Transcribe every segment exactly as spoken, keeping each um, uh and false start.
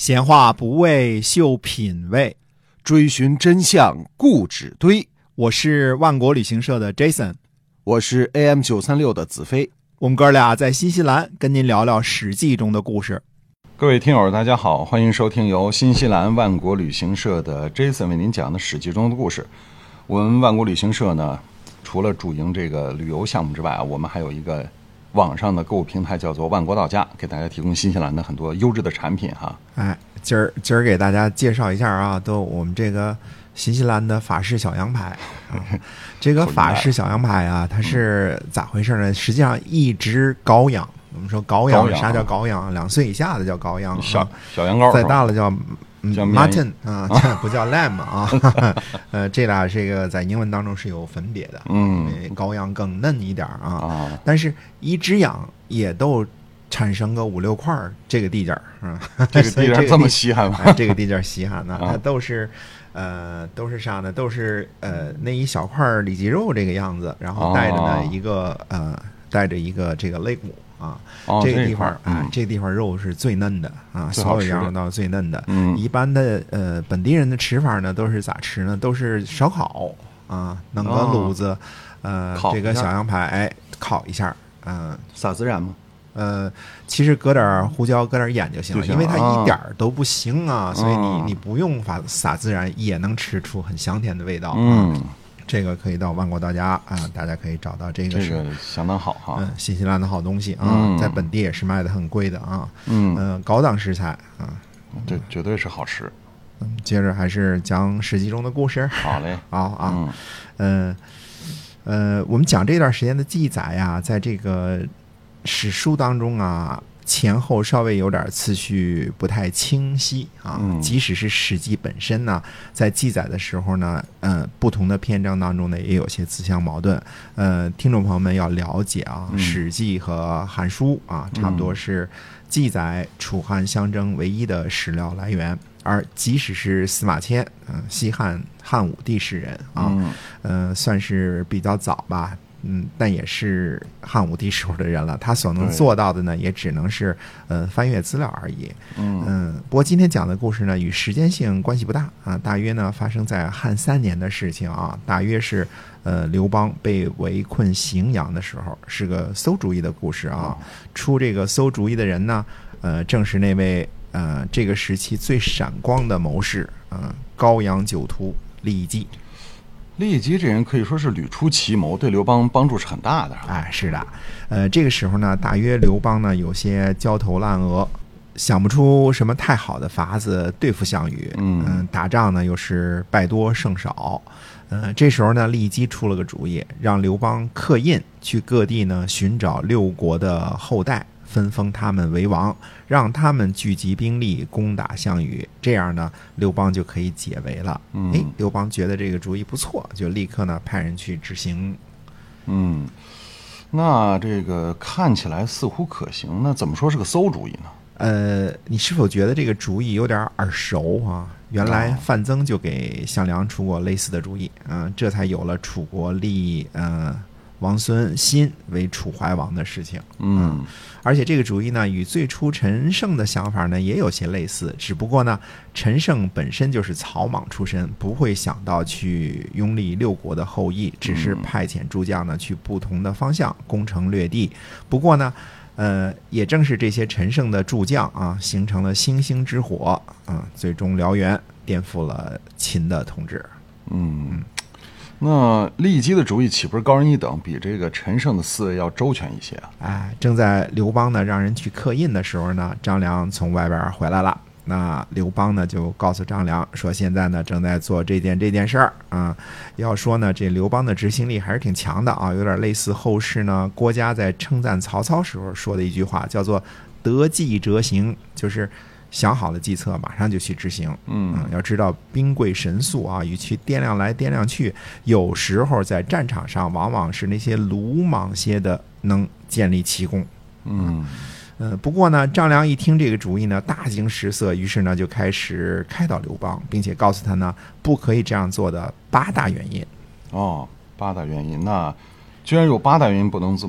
闲话不为秀品味， 追寻真相固执堆。 我是万国旅行社的 Jason， 我是 A M 九三六 的子飞。 我们哥俩在新西兰跟您聊聊史记中的故事。 各位听友大家好，欢迎收听由新西兰万国旅行社的 Jason 为您讲的史记中的故事。我们万国旅行社呢，除了主营这个旅游项目之外啊，我们还有一个网上的购物平台叫做万国到家，给大家提供新西兰的很多优质的产品哈。 哎，今儿今儿给大家介绍一下啊，都我们这个新西兰的法式小羊排啊。这个法式小羊排啊，它是咋回事呢？实际上一只羔羊，我们说羔羊，啥叫羔羊？两岁以下的叫羔羊， 小小羊羔， 再大了叫。 嗯、 叫 mutton 啊，不叫 lamb 啊。呃，这俩这个在英文当中是有分别的， 嗯， 羔羊更嫩一点啊， 啊但是一只羊也都产生个五六块这个地界儿啊， 这个地界这么稀罕吗？ 哎、这个地界稀罕呢，它都是呃都是啥呢？都是呃那一小块里脊肉这个样子，然后带着呢、哦、一个呃带着一个这个肋骨。啊， 哦、 这个地方啊、 嗯，这个地方肉是最嫩的啊，所有羊肉都是最嫩的。 嗯， 一般的呃本地人的吃法呢，都是咋吃呢？都是烧烤啊，弄个炉子， 哦、 呃，这个小羊排哎烤一下，嗯、呃， 撒孜然吗？ 呃，其实搁点胡椒，搁点盐就行了， 行因为它一点都不腥啊， 哦、 所以你你不用撒撒孜然也能吃出很香甜的味道。 嗯。 啊这个可以到万国到家啊，大家可以找到这个是这个相当好哈， 嗯，新西兰的好东西啊， 嗯、 在本地也是卖的很贵的啊， 嗯呃，高档食材啊， 这绝对是好吃。 嗯，接着还是讲史记中的故事。 好嘞， 好啊， 嗯， 呃，呃，我们讲这段时间的记载呀，在这个史书当中啊。前后稍微有点次序不太清晰啊， 嗯、 即使是《史记》本身呢，在记载的时候呢，呃，不同的篇章当中呢，也有些自相矛盾。呃，听众朋友们要了解啊， 嗯 《史记》和《汉书》啊，差不多是记载楚汉相争唯一的史料来源。而即使是司马迁，嗯、呃，西汉汉武帝时人啊， 嗯、 呃，算是比较早吧。嗯，但也是汉武帝时候的人了，他所能做到的呢，也只能是呃翻阅资料而已。 嗯嗯，不过今天讲的故事呢，与时间性关系不大啊，大约呢发生在汉三年的事情啊，大约是呃刘邦被围困荥阳的时候，是个馊主意的故事啊。出这个馊主意的人呢，呃，正是那位呃这个时期最闪光的谋士，呃，高阳酒徒李绩。 李绩这人可以说是屡出奇谋，对刘邦帮助是很大的。 哎，是的，呃，这个时候呢，大约刘邦呢有些焦头烂额，想不出什么太好的法子对付项羽。 嗯、 呃，打仗呢又是败多胜少。呃，这时候呢，骊姬出了个主意，让刘邦刻印去各地呢寻找六国的后代，分封他们为王，让他们聚集兵力攻打项羽，这样呢，刘邦就可以解围了。 嗯， 哎，刘邦觉得这个主意不错，就立刻呢派人去执行。 嗯，那这个看起来似乎可行，那怎么说是个馊主意呢？ 呃，你是否觉得这个主意有点耳熟啊？原来范增就给项梁出过类似的主意，嗯、呃，这才有了楚国立呃王孙欣为楚怀王的事情。 嗯， 而且这个主意呢，与最初陈胜的想法呢也有些类似，只不过呢，陈胜本身就是草莽出身，不会想到去拥立六国的后裔，只是派遣诸将呢去不同的方向攻城略地。不过呢。呃，也正是这些陈胜的诸将啊，形成了星星之火啊，最终燎原，颠覆了秦的统治。 嗯，那骊姬的主意岂不是高人一等，比这个陈胜的思维要周全一些啊？ 哎，正在刘邦呢让人去刻印的时候呢，张良从外边回来了。那刘邦呢就告诉张良说，现在呢正在做这件这件事儿啊。要说呢，这刘邦的执行力还是挺强的啊，有点类似后世呢郭嘉在称赞曹操时候说的一句话，叫做得计则行，就是想好了计策马上就去执行。 嗯， 要知道兵贵神速啊，与其掂量来掂量去，有时候在战场上往往是那些鲁莽些的能建立奇功。 嗯。 呃，不过呢，张良一听这个主意呢，大惊失色，于是呢就开始开导刘邦，并且告诉他呢，不可以这样做的八大原因。 哦，八大原因，那居然有八大原因不能这么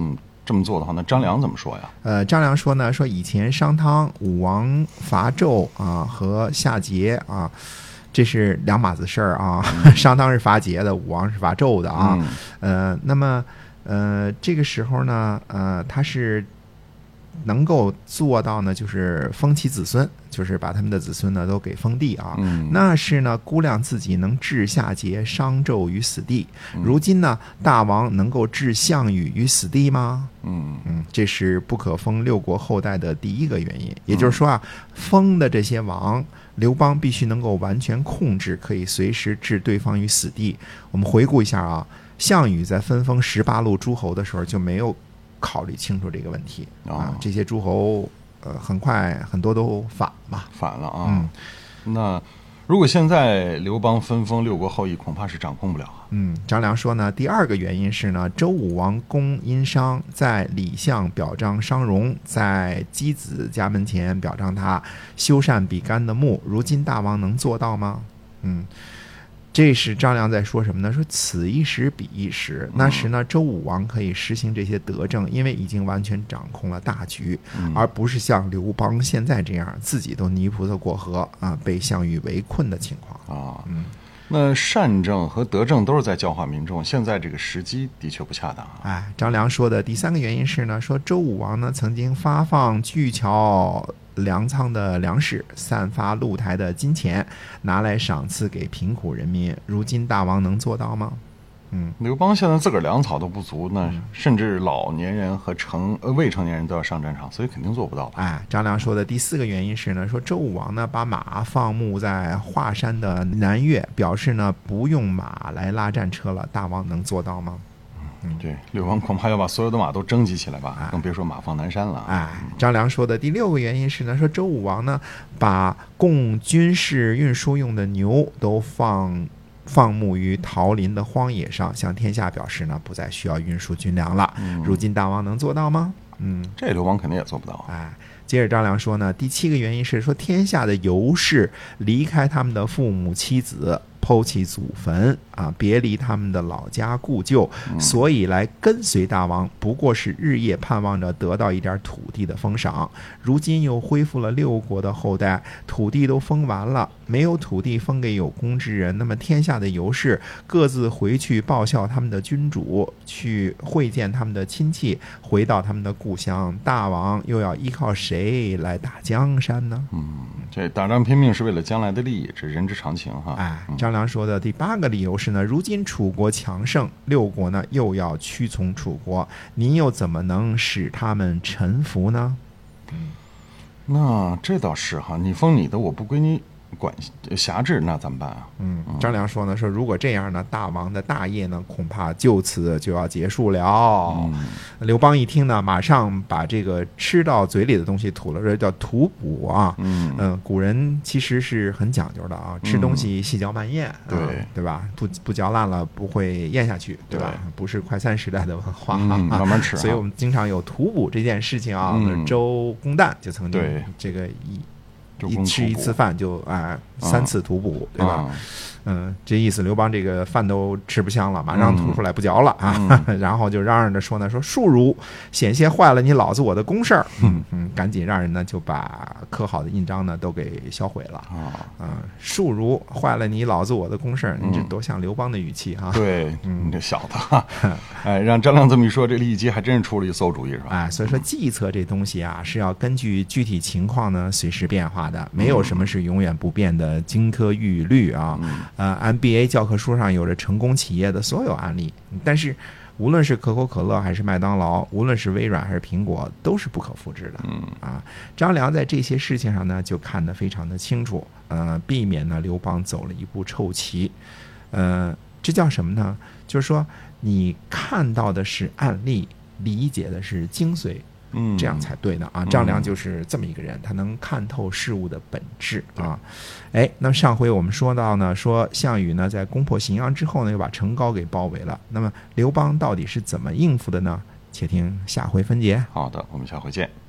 这么做的话，那张良怎么说呀？ 呃，张良说呢，说以前商汤武王伐纣啊和夏桀啊，这是两码子事儿啊。嗯、商汤是伐桀的，武王是伐纣的啊。嗯、呃，那么呃这个时候呢，呃他是能够做到呢，就是封其子孙，就是把他们的子孙呢都给封地啊。嗯、那是呢估量自己能置夏桀、商纣于死地。如今呢，大王能够置项羽于死地吗？嗯嗯，这是不可封六国后代的第一个原因。也就是说啊，封的这些王，刘邦必须能够完全控制，可以随时置对方于死地。我们回顾一下啊，项羽在分封十八路诸侯的时候就没有考虑清楚这个问题啊，这些诸侯呃很快很多都反嘛， 反了啊。嗯，那如果现在刘邦分封六国后裔，恐怕是掌控不了啊。 嗯，张良说呢，第二个原因是呢，周武王攻殷商，在李相表彰商容，在箕子家门前表彰他修缮比干的墓，如今大王能做到吗？嗯。这是张良在说什么呢？说此一时彼一时。那时呢，周武王可以实行这些德政，因为已经完全掌控了大局，而不是像刘邦现在这样自己都泥菩萨过河啊，被项羽围困的情况啊。嗯，那善政和德政都是在教化民众，现在这个时机的确不恰当啊。 哎，张良说的第三个原因是呢，说周武王呢曾经发放巨桥粮仓的粮食，散发露台的金钱，拿来赏赐给贫苦人民。如今大王能做到吗？ 嗯，刘邦现在自个儿粮草都不足，那甚至老年人和成呃未成年人都要上战场，所以肯定做不到吧？ 哎，张良说的第四个原因是呢，说周武王呢把马放牧在华山的南岳，表示呢不用马来拉战车了。大王能做到吗？ 嗯，对，刘邦恐怕要把所有的马都征集起来吧，更别说马放南山了。 哎，张良说的第六个原因是呢，说周武王呢把供军事运输用的牛都放放牧于桃林的荒野上，向天下表示呢不再需要运输军粮了。嗯、如今大王能做到吗？嗯， 这刘邦肯定也做不到。 哎，接着张良说呢，第七个原因是说天下的游士离开他们的父母妻子，剖弃祖坟啊，别离他们的老家故旧，所以来跟随大王，不过是日夜盼望着得到一点土地的封赏。如今又恢复了六国的后代，土地都封完了，没有土地封给有功之人，那么天下的游士各自回去报效他们的君主，去会见他们的亲戚，回到他们的故乡，大王又要依靠谁来打江山呢？ 嗯，这打仗拼命是为了将来的利益，这人之常情哈。 哎，张良说的第八个理由是呢，如今楚国强盛，六国呢又要屈从楚国，您又怎么能使他们臣服呢？ 那这倒是哈，你封你的，我不归你管辖制，那怎么办啊？ 嗯，张良说呢，说如果这样呢，大王的大业呢，恐怕就此就要结束了。嗯、刘邦一听呢，马上把这个吃到嘴里的东西吐了，这叫吐哺啊。嗯嗯、呃，古人其实是很讲究的啊，吃东西细嚼慢咽， 对、 嗯、对吧？不不嚼烂了不会咽下去，对吧？对，不是快餐时代的文化， 嗯、慢慢吃、啊。 所以我们经常有吐哺这件事情啊。嗯、周公旦就曾经这个一。一吃一次饭就啊、呃、三次吐哺，对吧？嗯，这意思刘邦这个饭都吃不香了，马上吐出来不嚼了啊，嗯、然后就嚷嚷着说呢，说庶儒险些坏了你老子我的公事儿，嗯嗯，赶紧让人呢就把刻好的印章呢都给销毁了啊，嗯，庶儒坏了你老子我的公事儿，你这多像刘邦的语气哈、啊。 对，嗯，这小子，哎，让张良这么一说，这骊姬还真是出了一馊主意是吧？ 哎，所以说计策这东西啊是要根据具体情况呢随时变化的，没有什么是永远不变的金科玉律啊。嗯呃 M B A 教科书上有着成功企业的所有案例，但是无论是可口可乐还是麦当劳，无论是微软还是苹果，都是不可复制的。嗯啊，张良在这些事情上呢就看得非常的清楚，呃，避免呢刘邦走了一步臭棋。呃，这叫什么呢？就是说你看到的是案例，理解的是精髓。嗯，这样才对的啊！张良就是这么一个人，他能看透事物的本质啊。哎，那么上回我们说到呢，说项羽呢在攻破荥阳之后呢，又把成皋给包围了。那么刘邦到底是怎么应付的呢？且听下回分解。 好的，我们下回见。